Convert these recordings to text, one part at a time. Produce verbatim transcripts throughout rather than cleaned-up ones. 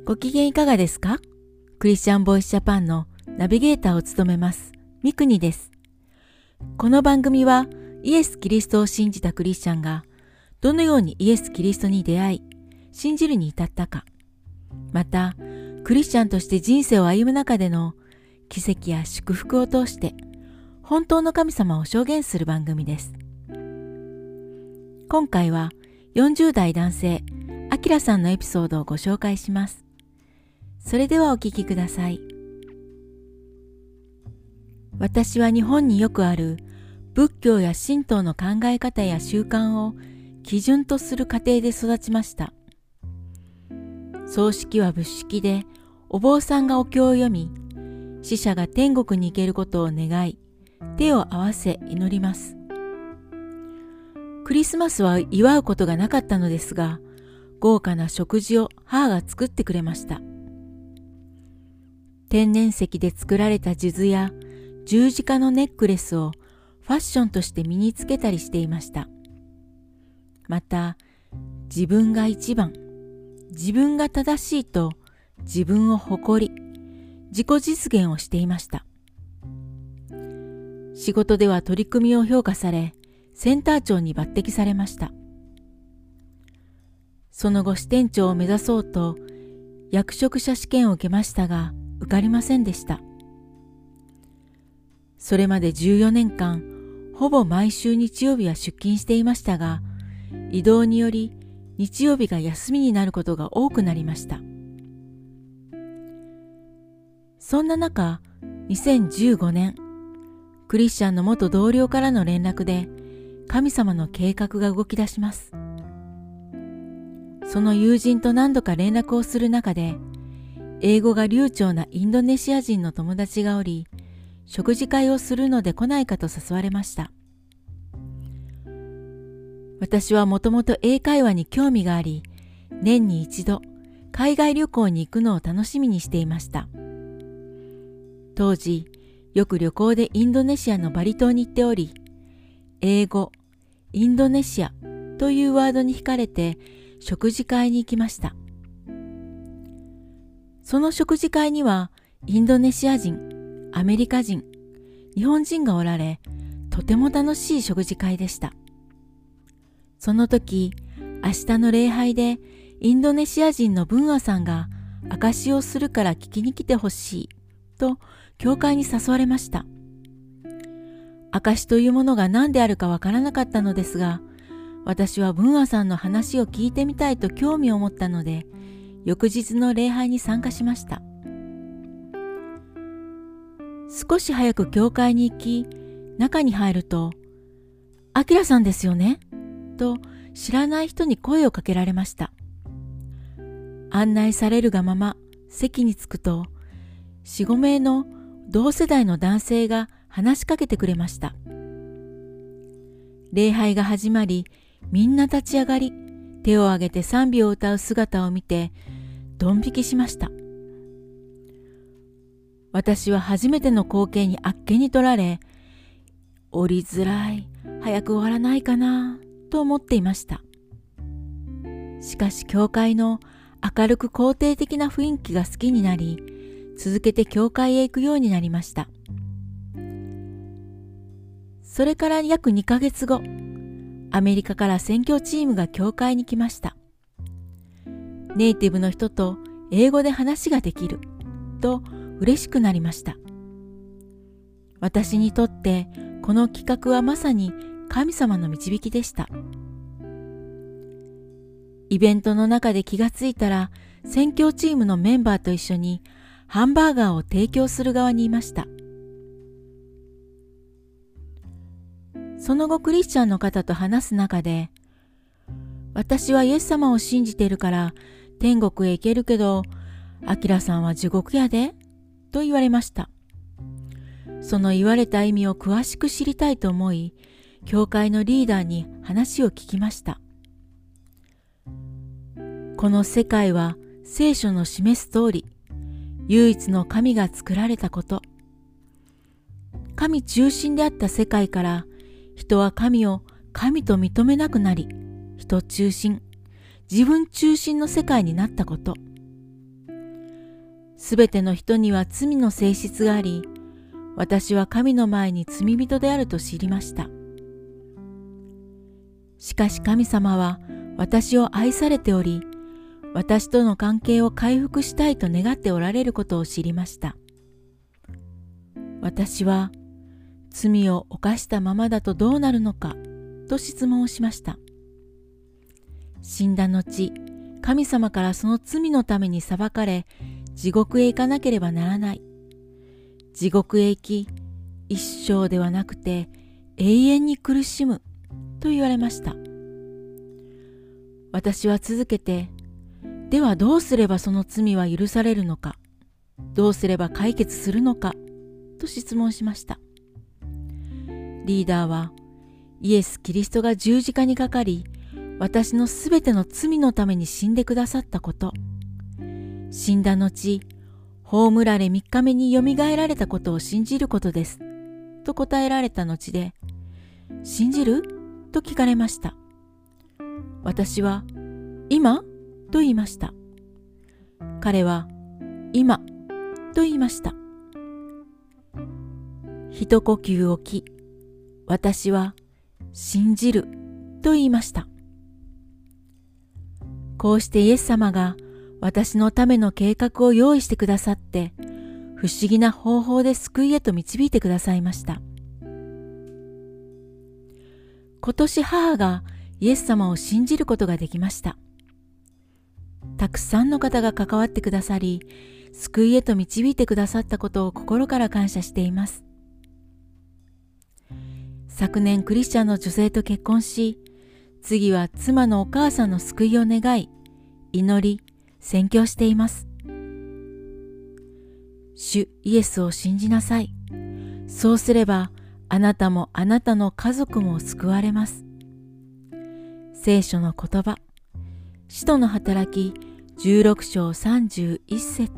ご機嫌いかがですか？クリスチャンボイスジャパンのナビゲーターを務めます、ミクニです。この番組はイエス・キリストを信じたクリスチャンがどのようにイエス・キリストに出会い、信じるに至ったか、またクリスチャンとして人生を歩む中での奇跡や祝福を通して本当の神様を証言する番組です。今回はよんじゅう代男性、アキラさんのエピソードをご紹介します。それではお聞きください。私は日本によくある仏教や神道の考え方や習慣を基準とする家庭で育ちました。葬式は仏式で、お坊さんがお経を読み、死者が天国に行けることを願い、手を合わせ祈ります。クリスマスは祝うことがなかったのですが、豪華な食事を母が作ってくれました。天然石で作られた数珠や十字架のネックレスをファッションとして身につけたりしていました。また、自分が一番、自分が正しいと自分を誇り、自己実現をしていました。仕事では取り組みを評価され、センター長に抜擢されました。その後支店長を目指そうと役職者試験を受けましたが受かりませんでした。それまでじゅうよねんかんほぼ毎週日曜日は出勤していましたが、異動により日曜日が休みになることが多くなりました。そんな中、にせんじゅうごねん、クリスチャンの元同僚からの連絡で神様の計画が動き出します。その友人と何度か連絡をする中で、英語が流暢なインドネシア人の友達がおり、食事会をするので来ないかと誘われました。私はもともと英会話に興味があり、年に一度海外旅行に行くのを楽しみにしていました。当時、よく旅行でインドネシアのバリ島に行っており、英語、インドネシアというワードに惹かれて食事会に行きました。その食事会にはインドネシア人、アメリカ人、日本人がおられ、とても楽しい食事会でした。その時、明日の礼拝でインドネシア人のブンアさんが証しをするから聞きに来てほしいと教会に誘われました。証しというものが何であるかわからなかったのですが、私はブンアさんの話を聞いてみたいと興味を持ったので、翌日の礼拝に参加しました。少し早く教会に行き、中に入ると、アキラさんですよねと知らない人に声をかけられました。案内されるがまま席に着くと、よん、ごめいの同世代の男性が話しかけてくれました。礼拝が始まり、みんな立ち上がり、手を挙げて賛美を歌う姿を見て、ドン引きしました。私は初めての光景にあっけに取られ、降りづらい、早く終わらないかな、と思っていました。しかし教会の明るく肯定的な雰囲気が好きになり、続けて教会へ行くようになりました。それから約にかげつご、アメリカから宣教チームが教会に来ました。ネイティブの人と英語で話ができると嬉しくなりました。私にとってこの企画はまさに神様の導きでした。イベントの中で気がついたら、宣教チームのメンバーと一緒にハンバーガーを提供する側にいました。その後クリスチャンの方と話す中で、私はイエス様を信じているから天国へ行けるけど、アキラさんは地獄やで、と言われました。その言われた意味を詳しく知りたいと思い、教会のリーダーに話を聞きました。この世界は聖書の示す通り、唯一の神が作られたこと。神中心であった世界から、人は神を神と認めなくなり、人中心、自分中心の世界になったこと。 すべての人には罪の性質があり、私は神の前に罪人であると知りました。しかし神様は私を愛されており、私との関係を回復したいと願っておられることを知りました。私は罪を犯したままだとどうなるのかと質問をしました。死んだ後、神様からその罪のために裁かれ、地獄へ行かなければならない。地獄へ行き、一生ではなくて永遠に苦しむと言われました。私は続けて、ではどうすればその罪は許されるのか、どうすれば解決するのかと質問しました。リーダーは、イエス・キリストが十字架にかかり、私のすべての罪のために死んでくださったこと、死んだ後、葬られみっかめによみがえられたことを信じることです、と答えられた後で、信じると聞かれました。私は、今と言いました。彼は、今と言いました。一呼吸置き、私は、信じると言いました。こうしてイエス様が私のための計画を用意してくださって、不思議な方法で救いへと導いてくださいました。今年母がイエス様を信じることができました。たくさんの方が関わってくださり、救いへと導いてくださったことを心から感謝しています。昨年クリスチャンの女性と結婚し、次は妻のお母さんの救いを願い、祈り、宣教しています。主イエスを信じなさい。そうすれば、あなたもあなたの家族も救われます。聖書の言葉、使徒の働きじゅうろく章さんじゅういち節。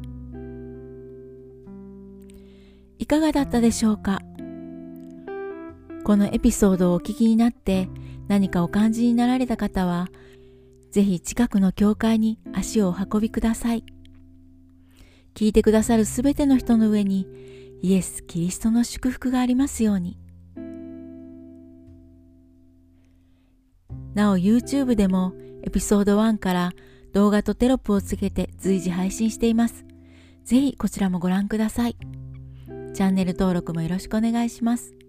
いかがだったでしょうか。このエピソードをお聞きになって何かお感じになられた方は、ぜひ近くの教会に足をお運びください。聞いてくださるすべての人の上にイエス・キリストの祝福がありますように。なお YouTube でもエピソードワンから動画とテロップをつけて随時配信しています。ぜひこちらもご覧ください。チャンネル登録もよろしくお願いします。